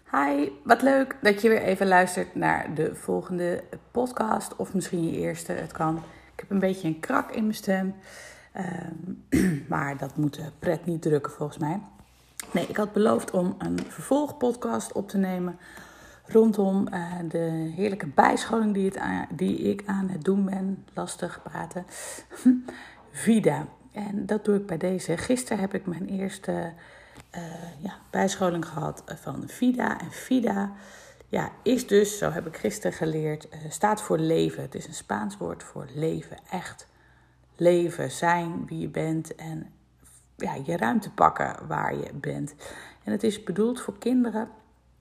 Hi, wat leuk dat je weer even luistert naar de volgende podcast. Of misschien je eerste, het kan. Ik heb een beetje een krak in mijn stem. Maar dat moet de pret niet drukken volgens mij. Nee, ik had beloofd om een vervolgpodcast op te nemen rondom de heerlijke bijscholing die ik aan het doen ben. Lastig praten. Vida. En dat doe ik bij deze. Gisteren heb ik mijn eerste bijscholing gehad van Vida. En Vida is dus, zo heb ik gisteren geleerd, staat voor leven. Het is een Spaans woord voor leven. Echt leven, zijn wie je bent en je ruimte pakken waar je bent. En het is bedoeld voor kinderen.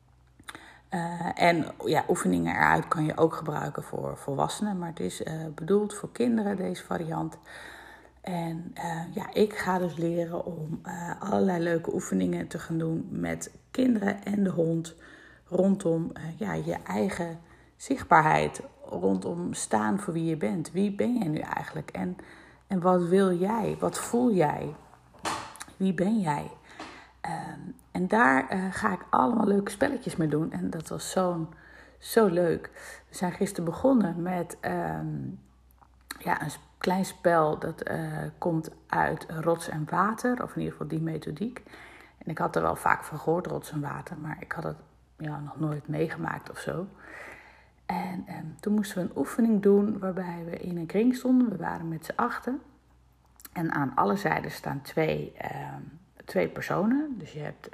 Oefeningen eruit kan je ook gebruiken voor volwassenen. Maar het is bedoeld voor kinderen, deze variant. En ik ga dus leren om allerlei leuke oefeningen te gaan doen met kinderen en de hond. Rondom je eigen zichtbaarheid. Rondom staan voor wie je bent. Wie ben jij nu eigenlijk? En wat wil jij? Wat voel jij? Wie ben jij? En daar ga ik allemaal leuke spelletjes mee doen. En dat was zo leuk. We zijn gisteren begonnen met een klein spel dat komt uit rots en water. Of in ieder geval die methodiek. En ik had er wel vaak van gehoord, rots en water. Maar ik had het nog nooit meegemaakt of zo. En toen moesten we een oefening doen waarbij we in een kring stonden. We waren met z'n 8. En aan alle zijden staan twee personen. Dus je hebt...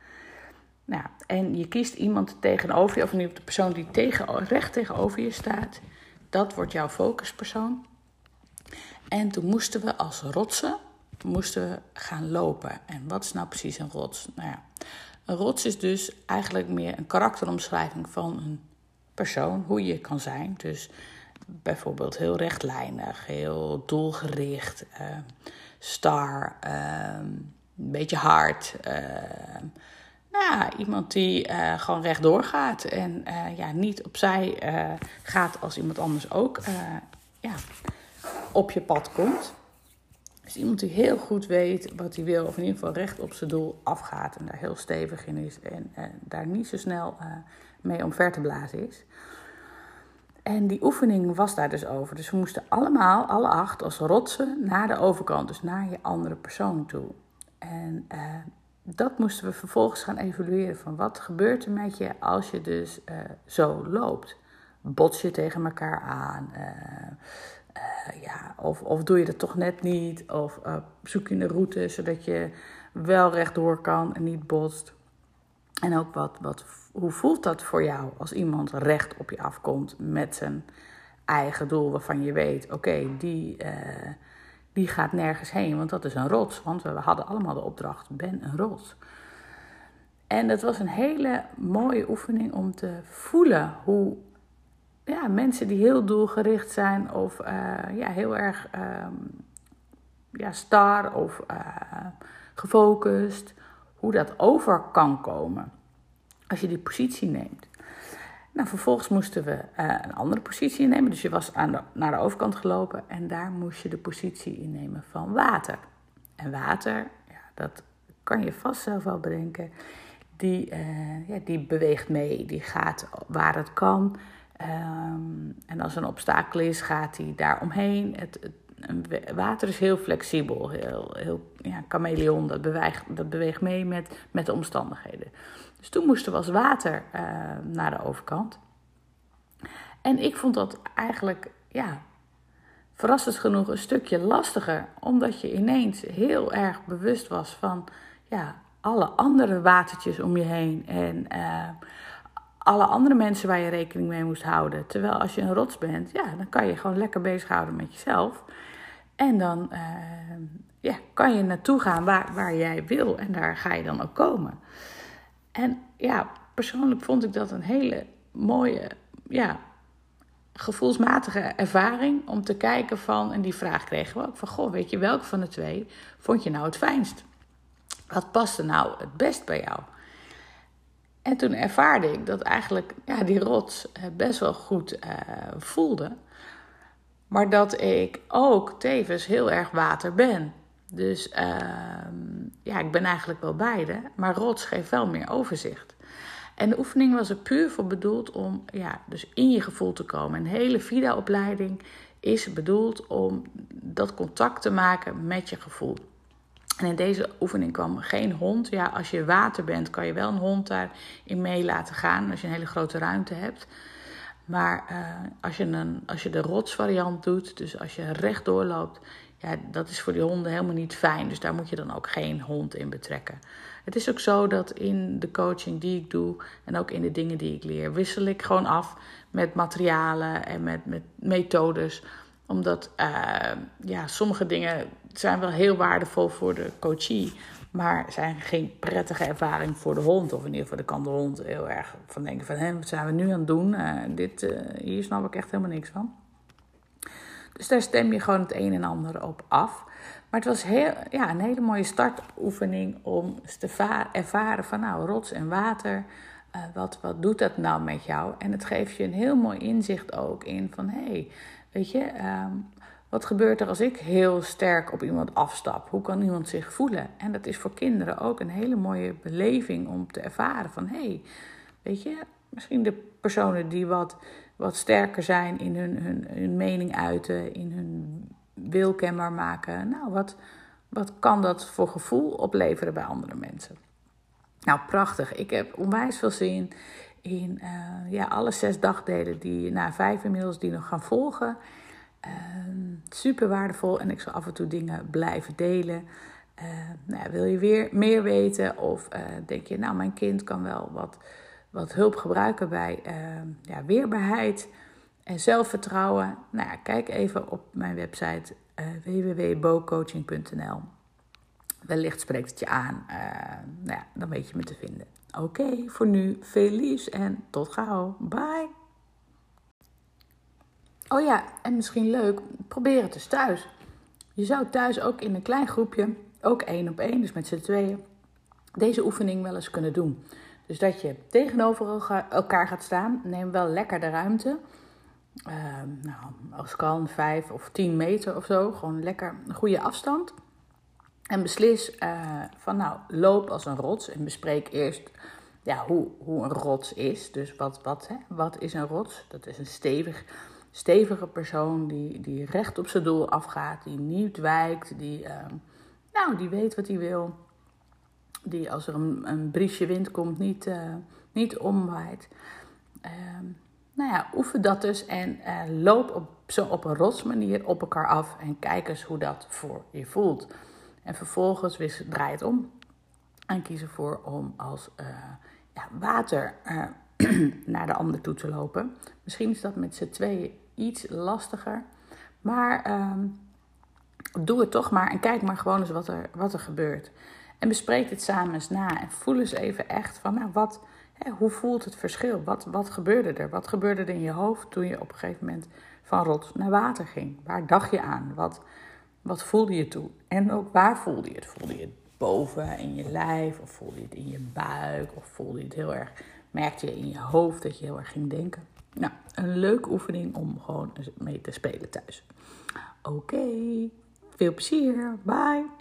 en je kiest iemand tegenover je, of niet de persoon die recht tegenover je staat. Dat wordt jouw focuspersoon. En toen moesten we als rotsen gaan lopen. En wat is nou precies een rots? Een rots is dus eigenlijk meer een karakteromschrijving van een persoon, hoe je kan zijn. Dus bijvoorbeeld heel rechtlijnig, heel doelgericht, star, een beetje hard. Iemand die gewoon rechtdoor gaat en niet opzij gaat als iemand anders ook op je pad komt. Dus iemand die heel goed weet wat hij wil, of in ieder geval recht op zijn doel afgaat en daar heel stevig in is en daar niet zo snel mee omver te blazen is. En die oefening was daar dus over. Dus we moesten allemaal, alle 8, als rotsen naar de overkant, dus naar je andere persoon toe. En dat moesten we vervolgens gaan evalueren van wat gebeurt er met je als je dus zo loopt. Bots je tegen elkaar aan, of doe je dat toch net niet, of zoek je een route zodat je wel rechtdoor kan en niet botst. En ook hoe voelt dat voor jou als iemand recht op je afkomt met zijn eigen doel waarvan je weet, oké, die gaat nergens heen, want dat is een rots. Want we hadden allemaal de opdracht, ben een rots. En dat was een hele mooie oefening om te voelen hoe mensen die heel doelgericht zijn of heel erg star of gefocust, hoe dat over kan komen als je die positie neemt. Nou, vervolgens moesten we een andere positie innemen. Dus je was naar de overkant gelopen en daar moest je de positie innemen van water. En water, dat kan je vast zelf wel bedenken, die beweegt mee, die gaat waar het kan. En als er een obstakel is, gaat hij daar omheen. Water is heel flexibel, heel chameleon, dat beweegt mee met de omstandigheden. Dus toen moesten we als water naar de overkant. En ik vond dat eigenlijk, verrassend genoeg een stukje lastiger. Omdat je ineens heel erg bewust was van alle andere watertjes om je heen. En alle andere mensen waar je rekening mee moest houden. Terwijl als je een rots bent, dan kan je gewoon lekker bezighouden met jezelf. En dan kan je naartoe gaan waar jij wil. En daar ga je dan ook komen. En persoonlijk vond ik dat een hele mooie, gevoelsmatige ervaring. Om te kijken van, en die vraag kregen we ook van, goh, weet je welke van de 2 vond je nou het fijnst? Wat paste nou het best bij jou? En toen ervaarde ik dat eigenlijk die rots best wel goed voelde. Maar dat ik ook tevens heel erg water ben. Dus ik ben eigenlijk wel beide. Maar rots geeft wel meer overzicht. En de oefening was er puur voor bedoeld om dus in je gevoel te komen. Een hele VIDA-opleiding is bedoeld om dat contact te maken met je gevoel. En in deze oefening kwam geen hond. Ja, als je water bent, kan je wel een hond daarin mee laten gaan. Als je een hele grote ruimte hebt. Maar als je de rotsvariant doet, dus als je rechtdoor loopt, dat is voor die honden helemaal niet fijn. Dus daar moet je dan ook geen hond in betrekken. Het is ook zo dat in de coaching die ik doe en ook in de dingen die ik leer, wissel ik gewoon af met materialen en met methodes. Omdat sommige dingen zijn wel heel waardevol voor de coachie, maar zijn geen prettige ervaring voor de hond. Of in ieder geval kan de hond heel erg van denken van, wat zijn we nu aan het doen? Hier snap ik echt helemaal niks van. Dus daar stem je gewoon het een en ander op af. Maar het was een hele mooie startoefening om te ervaren van rots en water. Wat doet dat nou met jou? En het geeft je een heel mooi inzicht ook in van weet je, wat gebeurt er als ik heel sterk op iemand afstap? Hoe kan iemand zich voelen? En dat is voor kinderen ook een hele mooie beleving om te ervaren van weet je, misschien de personen die wat sterker zijn in hun mening uiten, in hun wil kenbaar maken. Nou, wat kan dat voor gevoel opleveren bij andere mensen? Nou, prachtig. Ik heb onwijs veel zin in alle 6 dagdelen 5 inmiddels die nog gaan volgen. Super waardevol en ik zal af en toe dingen blijven delen. Wil je weer meer weten of denk je, mijn kind kan wel wat hulp gebruiken bij weerbaarheid en zelfvertrouwen? Kijk even op mijn website www.bocoaching.nl. Wellicht spreekt het je aan. Dan weet je me te vinden. Oké, voor nu veel liefs en tot gauw. Bye! Oh ja, en misschien leuk, probeer het dus thuis. Je zou thuis ook in een klein groepje, ook 1-op-1, dus met z'n tweeën, deze oefening wel eens kunnen doen. Dus dat je tegenover elkaar gaat staan, neem wel lekker de ruimte. Als kan 5 of 10 meter of zo, gewoon lekker een goede afstand. En beslis loop als een rots en bespreek eerst hoe een rots is. Dus wat is een rots? Dat is een stevige persoon die recht op zijn doel afgaat, die niet wijkt, die weet wat hij wil. Die als er een briesje wind komt niet omwaait. Oefen dat dus en loop op een rotsmanier op elkaar af en kijk eens hoe dat voor je voelt. En vervolgens draai het om en kies ervoor om als water naar de ander toe te lopen. Misschien is dat met z'n tweeën iets lastiger, maar doe het toch maar en kijk maar gewoon eens wat er gebeurt. En bespreek dit samen eens na en voel eens even echt van hoe voelt het verschil? Wat gebeurde er? Wat gebeurde er in je hoofd toen je op een gegeven moment van rots naar water ging? Waar dacht je aan? Wat voelde je toen? En ook waar voelde je het? Voelde je het boven in je lijf? Of voelde je het in je buik? Of voelde je het heel erg, merkte je in je hoofd dat je heel erg ging denken? Nou, een leuke oefening om gewoon mee te spelen thuis. Oké, veel plezier. Bye!